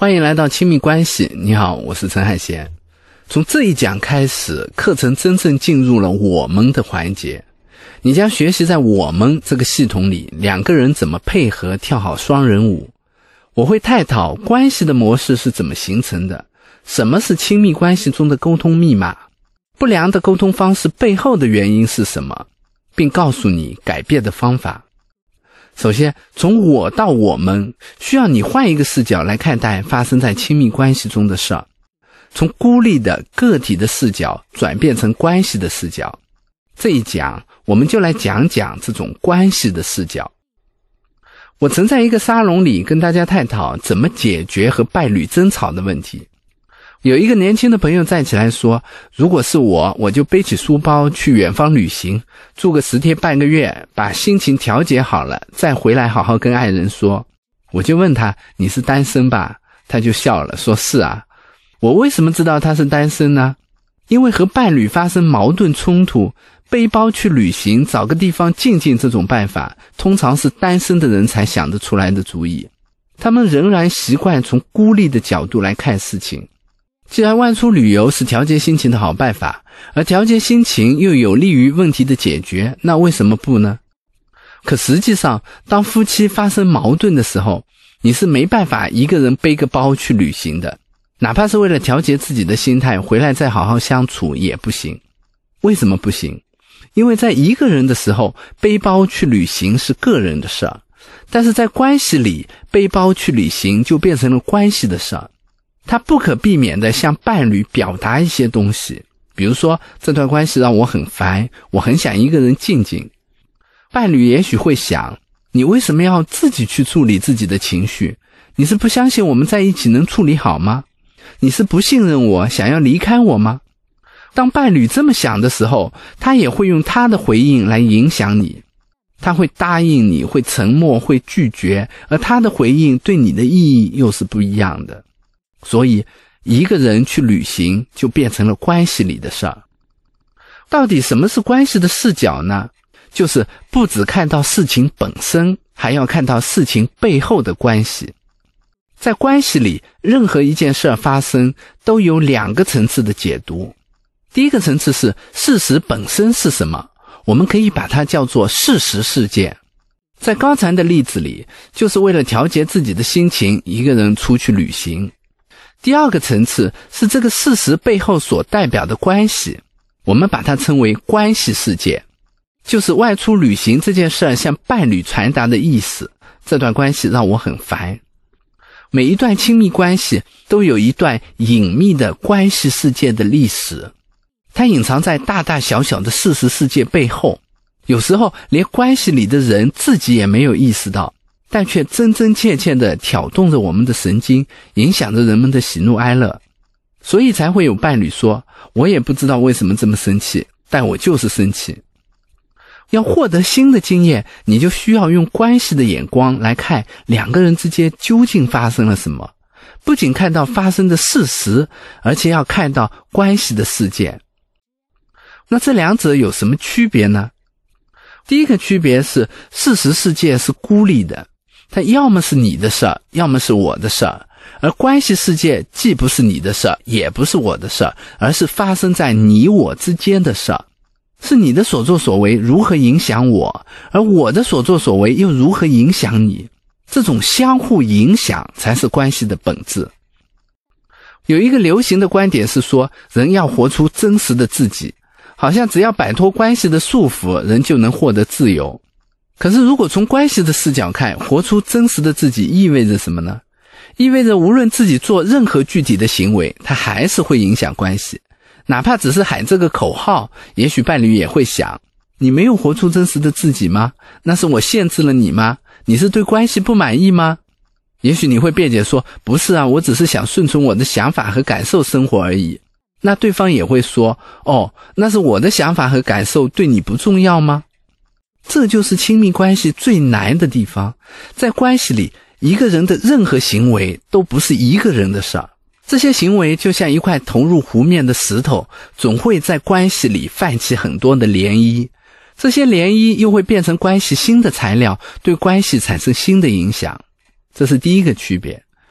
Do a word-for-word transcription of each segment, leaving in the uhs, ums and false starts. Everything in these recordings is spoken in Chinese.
欢迎来到亲密关系。你好，我是陈海贤。从这一讲开始，课程真正进入了我们的环节。你将学习在我们这个系统里，两个人怎么配合跳好双人舞。我会探讨关系的模式是怎么形成的，什么是亲密关系中的沟通密码，不良的沟通方式背后的原因是什么，并告诉你改变的方法。首先，从我到我们，需要你换一个视角来看待发生在亲密关系中的事儿，从孤立的个体的视角转变成关系的视角。这一讲，我们就来讲讲这种关系的视角。我曾在一个沙龙里跟大家探讨怎么解决和伴侣争吵的问题。有一个年轻的朋友站起来说，如果是我，我就背起书包去远方旅行，住个十天半个月，把心情调节好了，再回来好好跟爱人说。我就问他，你是单身吧？他就笑了，说是啊。我为什么知道他是单身呢？因为和伴侣发生矛盾冲突，背包去旅行，找个地方静静这种办法，通常是单身的人才想得出来的主意。他们仍然习惯从孤立的角度来看事情。既然外出旅游是调节心情的好办法，而调节心情又有利于问题的解决，那为什么不呢？可实际上，当夫妻发生矛盾的时候，你是没办法一个人背个包去旅行的，哪怕是为了调节自己的心态，回来再好好相处也不行。为什么不行？因为在一个人的时候，背包去旅行是个人的事儿，但是在关系里，背包去旅行就变成了关系的事儿。他不可避免地向伴侣表达一些东西，比如说，这段关系让我很烦，我很想一个人静静。伴侣也许会想，你为什么要自己去处理自己的情绪？你是不相信我们在一起能处理好吗？你是不信任我，想要离开我吗？当伴侣这么想的时候，他也会用他的回应来影响你。他会答应你，会沉默，会拒绝，而他的回应对你的意义又是不一样的。所以一个人去旅行就变成了关系里的事儿。到底什么是关系的视角呢？就是不只看到事情本身，还要看到事情背后的关系。在关系里，任何一件事儿发生都有两个层次的解读。第一个层次是事实本身是什么，我们可以把它叫做事实事件。在高禅的例子里，就是为了调节自己的心情，一个人出去旅行。第二个层次是这个事实背后所代表的关系，我们把它称为关系事件，就是外出旅行这件事儿向伴侣传达的意思，这段关系让我很烦。每一段亲密关系都有一段隐秘的关系世界的历史，它隐藏在大大小小的事实世界背后，有时候连关系里的人自己也没有意识到，但却真真切切地挑动着我们的神经，影响着人们的喜怒哀乐。所以才会有伴侣说，我也不知道为什么这么生气，但我就是生气。要获得新的经验，你就需要用关系的眼光来看两个人之间究竟发生了什么，不仅看到发生的事实，而且要看到关系的事件。那这两者有什么区别呢？第一个区别是，事实世界是孤立的，它要么是你的事儿，要么是我的事儿，而关系世界既不是你的事儿，也不是我的事儿，而是发生在你我之间的事儿，是你的所作所为如何影响我，而我的所作所为又如何影响你。这种相互影响才是关系的本质。有一个流行的观点是说，人要活出真实的自己，好像只要摆脱关系的束缚，人就能获得自由。可是如果从关系的视角看，活出真实的自己意味着什么呢？意味着无论自己做任何具体的行为，它还是会影响关系。哪怕只是喊这个口号，也许伴侣也会想，你没有活出真实的自己吗？那是我限制了你吗？你是对关系不满意吗？也许你会辩解说，不是啊，我只是想顺从我的想法和感受生活而已。那对方也会说，哦，那是我的想法和感受对你不重要吗？这就是亲密关系最难的地方。在关系里，一个人的任何行为都不是一个人的事儿，这些行为就像一块投入湖面的石头，总会在关系里泛起很多的涟漪，这些涟漪又会变成关系新的材料，对关系产生新的影响。这是第一个区别。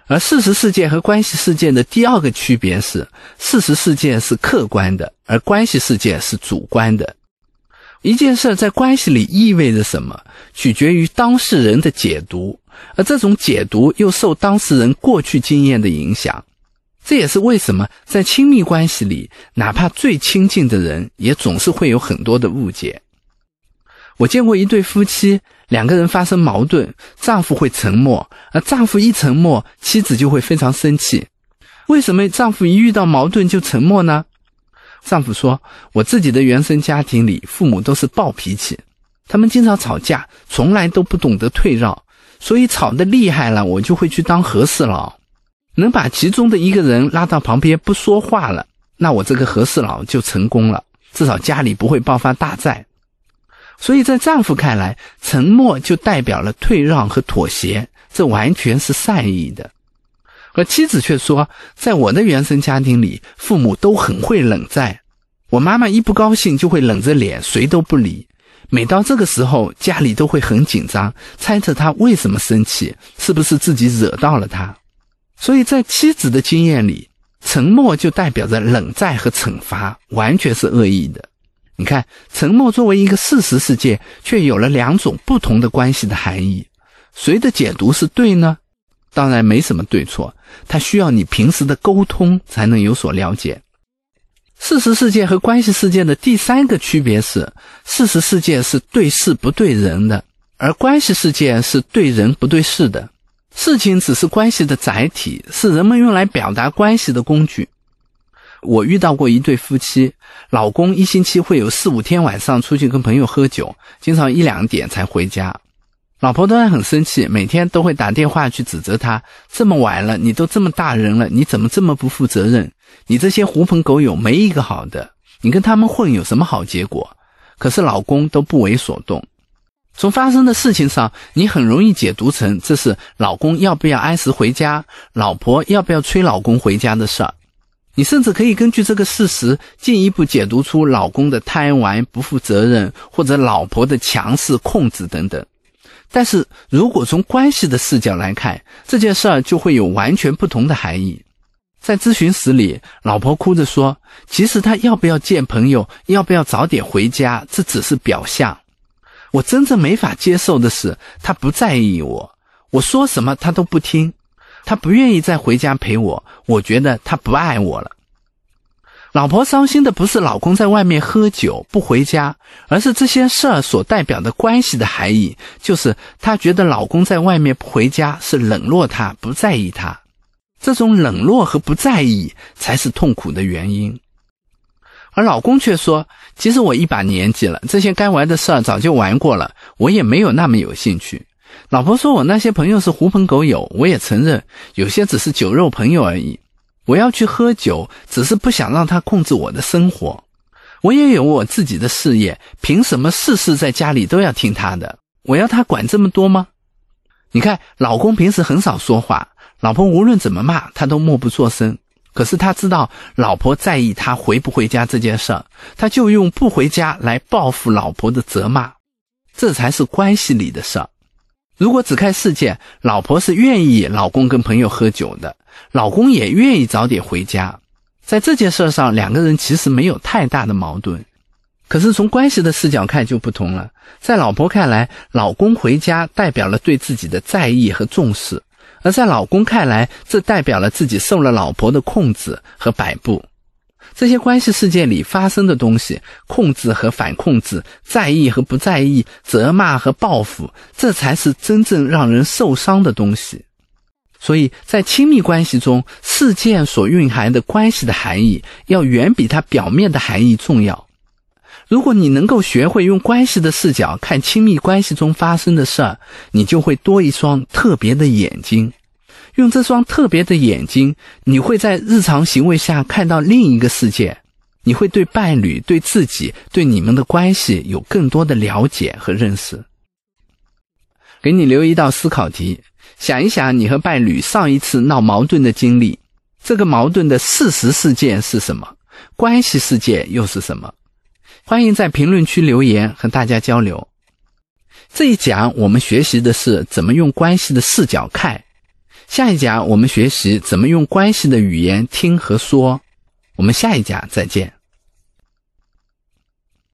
而事实世界和关系世界的第二个区别是，事实世界是客观的，而关系世界是主观的。一件事在关系里意味着什么，取决于当事人的解读，而这种解读又受当事人过去经验的影响。这也是为什么在亲密关系里，哪怕最亲近的人，也总是会有很多的误解。我见过一对夫妻，两个人发生矛盾，丈夫会沉默，而丈夫一沉默，妻子就会非常生气。为什么丈夫一遇到矛盾就沉默呢？丈夫说，我自己的原生家庭里，父母都是暴脾气，他们经常吵架，从来都不懂得退让，所以吵得厉害了，我就会去当和事佬，能把其中的一个人拉到旁边不说话了，那我这个和事佬就成功了，至少家里不会爆发大灾。所以在丈夫看来，沉默就代表了退让和妥协，这完全是善意的。而妻子却说，在我的原生家庭里，父母都很会冷战，我妈妈一不高兴就会冷着脸，谁都不理，每到这个时候，家里都会很紧张，猜测她为什么生气，是不是自己惹到了她。所以在妻子的经验里，沉默就代表着冷战和惩罚，完全是恶意的。你看，沉默作为一个事实世界，却有了两种不同的关系的含义。谁的解读是对呢？当然没什么对错，它需要你平时的沟通才能有所了解。事实世界和关系世界的第三个区别是，事实世界是对事不对人的，而关系世界是对人不对事的。事情只是关系的载体，是人们用来表达关系的工具。我遇到过一对夫妻，老公一星期会有四五天晚上出去跟朋友喝酒，经常一两点才回家。老婆当然很生气，每天都会打电话去指责他，这么晚了，你都这么大人了，你怎么这么不负责任？你这些狐朋狗友没一个好的，你跟他们混有什么好结果？可是老公都不为所动。从发生的事情上，你很容易解读成这是老公要不要按时回家，老婆要不要催老公回家的事儿。你甚至可以根据这个事实进一步解读出老公的贪玩、不负责任，或者老婆的强势、控制等等。但是如果从关系的视角来看，这件事儿就会有完全不同的含义。在咨询室里，老婆哭着说，其实她要不要见朋友，要不要早点回家，这只是表象。我真正没法接受的是，她不在意我，我说什么她都不听，她不愿意再回家陪我，我觉得她不爱我了。老婆伤心的不是老公在外面喝酒不回家，而是这些事儿所代表的关系的含义，就是她觉得老公在外面不回家是冷落她，不在意她。这种冷落和不在意才是痛苦的原因。而老公却说，其实我一把年纪了，这些该玩的事儿早就玩过了，我也没有那么有兴趣。老婆说我那些朋友是狐朋狗友，我也承认，有些只是酒肉朋友而已。我要去喝酒，只是不想让他控制我的生活。我也有我自己的事业，凭什么事事在家里都要听他的？我要他管这么多吗？你看，老公平时很少说话，老婆无论怎么骂，他都默不作声。可是他知道老婆在意他回不回家这件事儿，他就用不回家来报复老婆的责骂。这才是关系里的事儿。如果只看事件，老婆是愿意老公跟朋友喝酒的，老公也愿意早点回家，在这件事上两个人其实没有太大的矛盾。可是从关系的视角看就不同了，在老婆看来，老公回家代表了对自己的在意和重视，而在老公看来，这代表了自己受了老婆的控制和摆布。这些关系世界里发生的东西，控制和反控制，在意和不在意，责骂和报复，这才是真正让人受伤的东西。所以在亲密关系中，事件所蕴含的关系的含义，要远比它表面的含义重要。如果你能够学会用关系的视角看亲密关系中发生的事儿，你就会多一双特别的眼睛。用这双特别的眼睛，你会在日常行为下看到另一个世界，你会对伴侣、对自己、对你们的关系有更多的了解和认识。给你留一道思考题，想一想你和伴侣上一次闹矛盾的经历，这个矛盾的事实事件是什么？关系事件又是什么？欢迎在评论区留言和大家交流。这一讲我们学习的是怎么用关系的视角看。 下一讲我们学习怎么用关系的语言听和说，我们下一讲再见。